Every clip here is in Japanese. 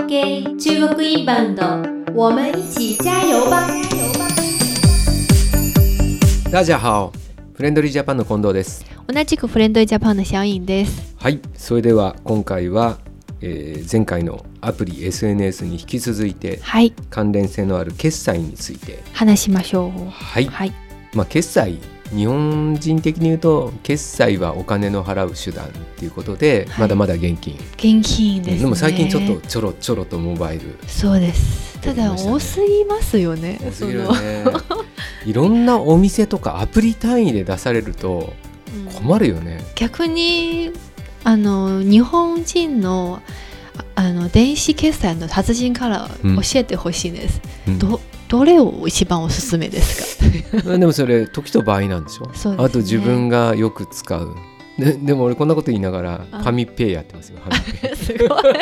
给中国インバウンド，我们一起加油吧！ 大家好、フレンドリージャパンの近藤です。 同じくフレンドリージャパンの小颖です。 はい、それでは今回は、前回のアプリ SNS に引き続いて、 はい、 関連性のある決済について話しましょう。 はい、はい、決済、日本人的に言うと決済はお金の払う手段っていうことで、はい、まだまだ現金ですね。 でも最近ちょっとちょろとモバイル、 そうです。ただ多すぎますよね。 多すぎるねいろんなお店とかアプリ単位で出されると困るよね、 逆に日本人の電子決済の達人から教えてほしいです、どれを一番おすすめですかでもそれ時と場合なんでしょ。そうですね、あと自分がよく使う。でも俺こんなこと言いながらファミペイやってますよ。ファミペイすごい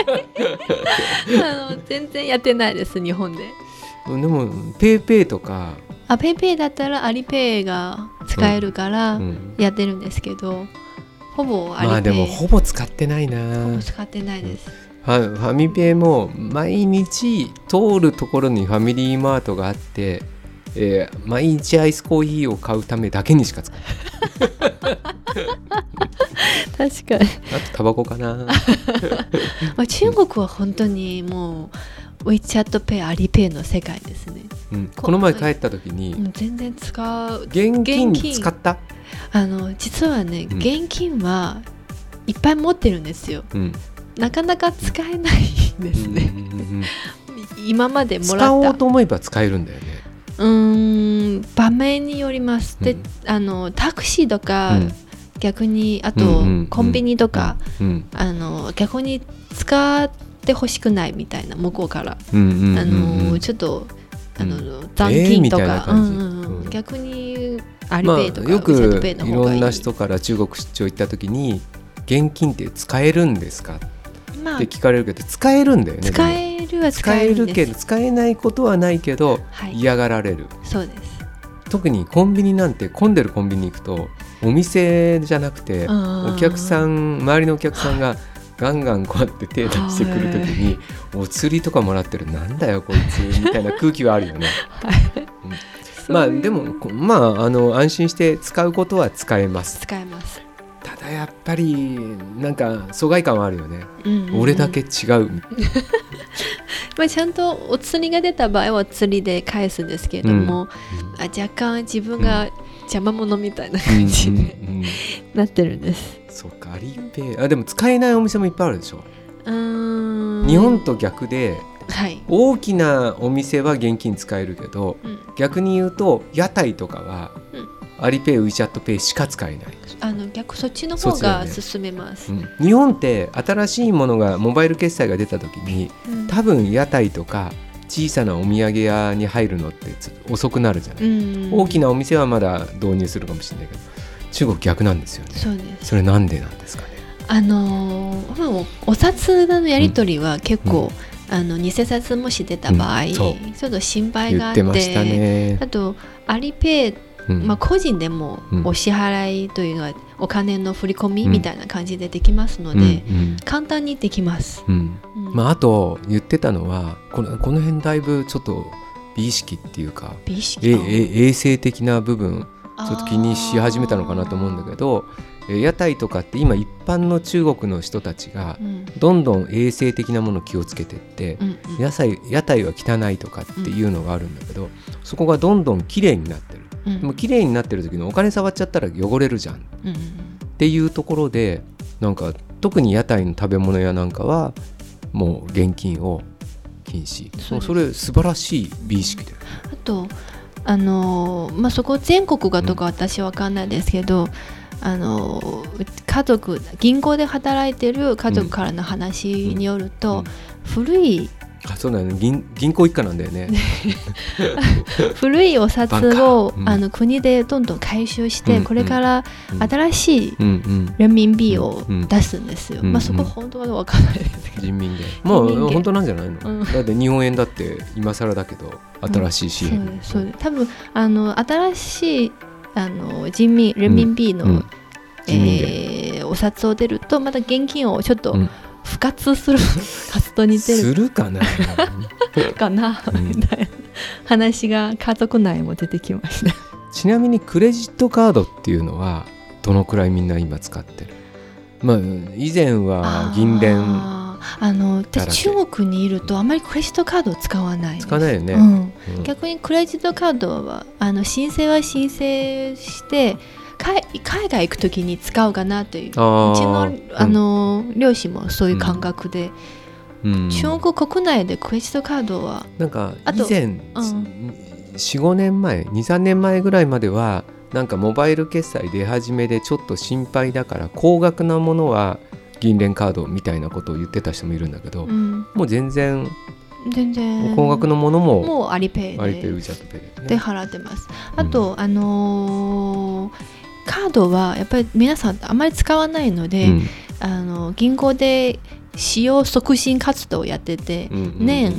全然やってないです日本で。 でもペイペイとかペイペイだったらアリペイが使えるからやってるんですけど、ほぼアリペイ、 でもほぼ使ってないな。 ほぼ使ってないです、 ファミペイも毎日通るところにファミリーマートがあって、毎日アイスコーヒーを買うためだけにしか使ってない確かに。 あとタバコかな中国は本当にもう WeChat ペイ、アリペイの世界ですね、 この前帰った時に全然現金使った。 実はね、現金はいっぱい持ってるんですよ、なかなか使えないんですね、今までもらった。 使おうと思えば使えるんだよね。 場面によります、でタクシーとか、逆にあと、コンビニとか、逆に使ってほしくないみたいな、向こうから、ちょっと残金とか、逆にアリペイとか、 よく WeChatペイの方がいい。 いろんな人から中国出張行った時に現金って使えるんですかって聞かれるけど、使えるんだよね。 使えるは使えるんです。 けど使えないことはないけど、嫌がられる。 そうです。 特にコンビニなんて、混んでるコンビニ行くとお店じゃなくてお客さん、周りのお客さんがガンガンこうやって手出してくるときに、お釣りとかもらってる、なんだよこいつみたいな空気はあるよねでも安心して使うことは使えます。 使えます。 ただやっぱりなんか疎外感はあるよね、俺だけ違うちゃんとお釣りが出た場合は釣りで返すんですけれども、若干自分が邪魔者みたいな感じになってるんです。 そうか、アリペイでも使えないお店もいっぱいあるでしょ。日本と逆で、大きなお店は現金使えるけど、逆に言うと屋台とかは、アリペイ、WeChatペイしか使えない。 逆そっちの方が進めます、 日本って新しいものが、モバイル決済が出た時に、多分屋台とか小さなお土産屋に入るのって遅くなるじゃない、大きなお店はまだ導入するかもしれないけど、中国逆なんですよね。 そうです。 それなんでなんですかね。 お札のやり取りは結構、偽札もし出た場合、ちょっと心配があって、 言ってましたね。 あとアリペイ、個人でもお支払いというのはお金の振り込みみたいな感じでできますので、簡単にできます、 あと言ってたのは、この辺だいぶちょっと美意識っていうか、衛生的な部分ちょっと気にし始めたのかなと思うんだけど、屋台とかって今一般の中国の人たちがどんどん衛生的なものを気をつけていって、屋台は汚いとかっていうのがあるんだけど、そこがどんどんきれいになってる。でも綺麗になってる時にお金触っちゃったら汚れるじゃん、っていうところで、なんか特に屋台の食べ物屋なんかはもう現金を禁止。それ素晴らしい美意識だよね。 あとそこ全国がとか私は分かんないですけど、家族、銀行で働いてる家族からの話によると、古い、 そうだよね、銀行一家なんだよね古いお札を、国でどんどん回収して、これから新しい人民幣を出すんですよ。そこ本当は分からないですけど、 人民元、本当なんじゃないの、だって日本円だって今更だけど新しい紙幣、 そうです。多分新しい人民幣の、お札を出ると、また現金をちょっと復活する活動に出るするかなかな、みたいな話が家族内も出てきました。 ちなみにクレジットカードっていうのはどのくらいみんな今使ってる？まあ以前は銀聯私中国にいるとあまりクレジットカードを使わないです。 使わないよね、 逆にクレジットカードは申請は申請して海外行くときに使うかなという、うちの、両親もそういう感覚で、中国国内でクレジットカードはなんか以前、4,5 年前 2,3 年前ぐらいまではなんかモバイル決済出始めでちょっと心配だから高額なものは銀聯カードみたいなことを言ってた人もいるんだけど、もう全然高額のものももうアリペイでウチャットペイで払ってます。あと、カードはやっぱり皆さんあまり使わないので、銀行で使用促進活動をやってて、年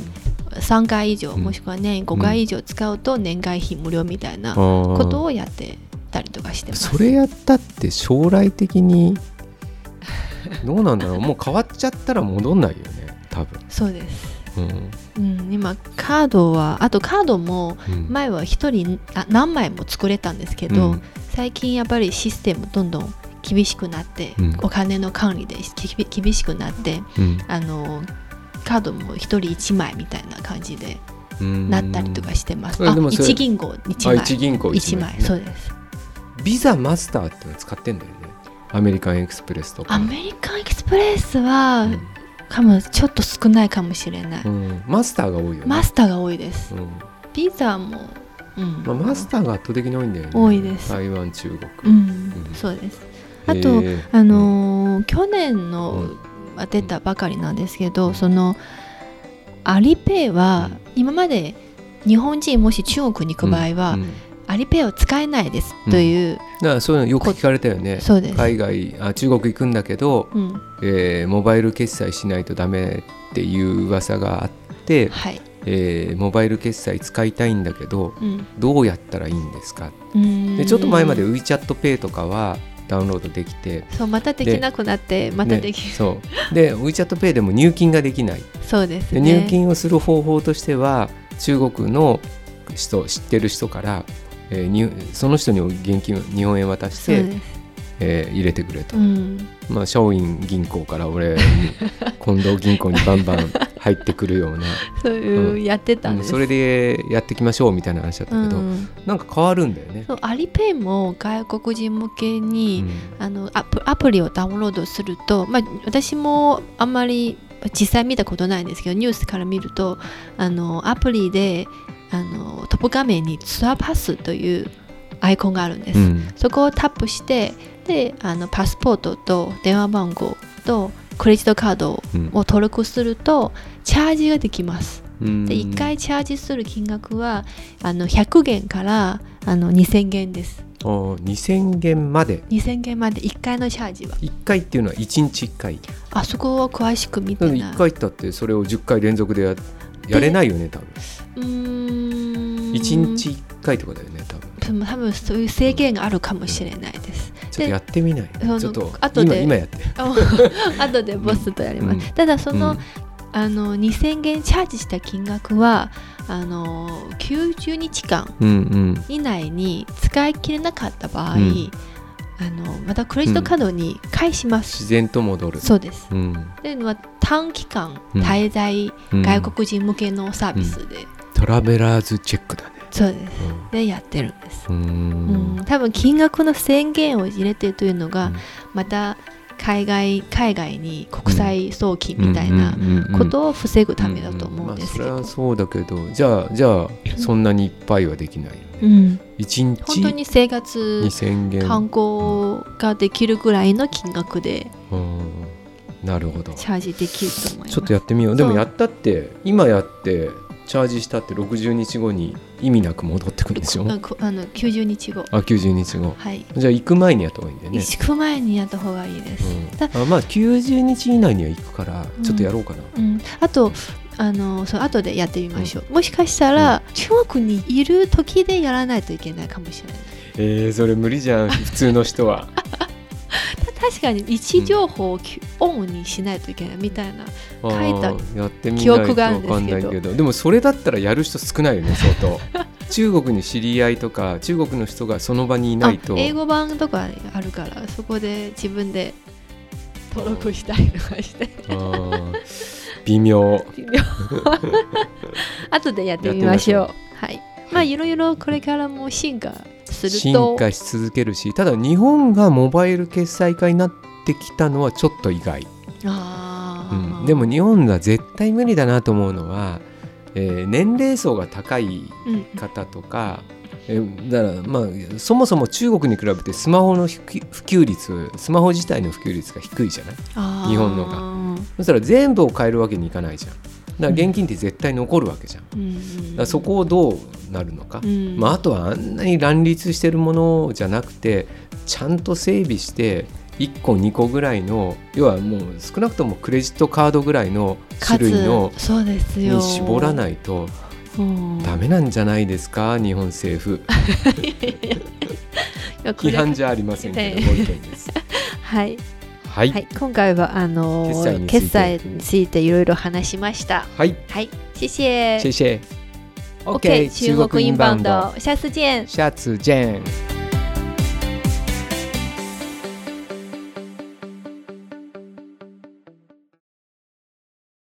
3回以上もしくは年5回以上使うと年会費無料みたいなことをやってたりとかしてます。 それやったって将来的にどうなんだろうもう変わっちゃったら戻んないよね多分。 そうです、今カードはあとカードも前は1人何枚も作れたんですけど、最近やっぱりシステムどんどん厳しくなって、お金の管理で厳しくなって、カードも1人1枚みたいな感じでなったりとかしてます。1銀行1枚 1銀行1枚、ね、 そうです。 ビザマスターっての使ってんだよね。アメリカンエクスプレスとか。 アメリカンエクスプレスは、ちょっと少ないかもしれない、 マスターが多いよね。 マスターが多いです、ビザも、 マスターが圧倒的に多いんだよね。 多いです。 台湾中国、 そうです。あと、去年の出たばかりなんですけど、そのアリペイは今まで日本人もし中国に行く場合は、アリペイを使えないですという、 だからそういうのよく聞かれたよね。 そうです。 海外中国行くんだけど、モバイル決済しないとダメっていう噂があって、モバイル決済使いたいんだけど、どうやったらいいんですか。でちょっと前まで WeChatPay とかはダウンロードできて、 そうまたできなくなってまたできる、 そうで WeChatPay でも入金ができない。 そうですね。 で入金をする方法としては中国の人知ってる人からその人に現金日本円渡して、入れてくれと、まあシャオイン銀行から俺に近藤銀行にバンバン入ってくるようなそういうやってたんです、 それでやっていきましょうみたいな話だったけど、なんか変わるんだよね。 そうアリペイも外国人向けに、アプリをダウンロードすると、私もあんまり実際見たことないんですけどニュースから見るとアプリでトップ画面にツアーパスというアイコンがあるんです、そこをタップしてでパスポートと電話番号とクレジットカードを登録すると、チャージができます。で1回チャージする金額は100元から2000元です。 2000元まで 2000元まで1回のチャージは。 1回っていうのは1日1回。 そこは詳しく見てない。 1回だってそれを10回連続でやれないよね多分。1日1回とかだよね多分そういう制限があるかもしれないです。 ちょっとやってみない。ちょっと後で今やって後でボスとやります、ただその、2000元チャージした金額は90日間以内に使い切れなかった場合、またクレジットカードに返します、 自然と戻る。 そうです、で短期間滞在、外国人向けのサービスで、 トラベラーズチェックだね。 そうです、でやってるんです。多分金額の制限を入れてるというのが、また海外に国際送金みたいなことを防ぐためだと思うんですけど、 それはそうだけど、じゃあそんなにいっぱいはできないよね。1日本当に生活 2000元観光ができるぐらいの金額でなるほどチャージできると思います。 ちょっとやってみよう。でもやったって今やってチャージしたって60日後に意味なく戻ってくるんでしょ。 90日後。 90日後、 はい、 じゃあ行く前にやった方がいいんだよね。 行く前にやった方がいいです、 90日以内には行くからちょっとやろうかな、 あとそう後でやってみましょう、もしかしたら中国にいる時でやらないといけないかもしれない。 それ無理じゃん普通の人は確かに位置情報をオンにしないといけないみたいな書いた記憶があるんですけど、 でもそれだったらやる人少ないよね相当中国に知り合いとか中国の人がその場にいないと。 英語版とかあるからそこで自分で登録したりとかして微妙後でやってみましょう。はい、まあいろいろこれからも進化すると進化し続けるし、ただ日本がモバイル決済化になってきたのはちょっと意外。でも日本は絶対無理だなと思うのは、年齢層が高い方とか、だからまあそもそも中国に比べてスマホの普及率、スマホ自体の普及率が低いじゃない日本のが。そしたら全部を変えるわけにいかないじゃん。だから現金って絶対残るわけじゃん。だからそこをどうなるのか、あとはあんなに乱立してるものじゃなくてちゃんと整備して1個2個ぐらいの、要はもう少なくともクレジットカードぐらいの種類のに絞らないとダメなんじゃないですか日本政府批判じゃありませんけど、ご意見です。 はいはい、今回は決済についていろいろ話しました。 はい、 はい、谢谢。 谢谢。 OK， 中国インバウンド，下次见。 下次见。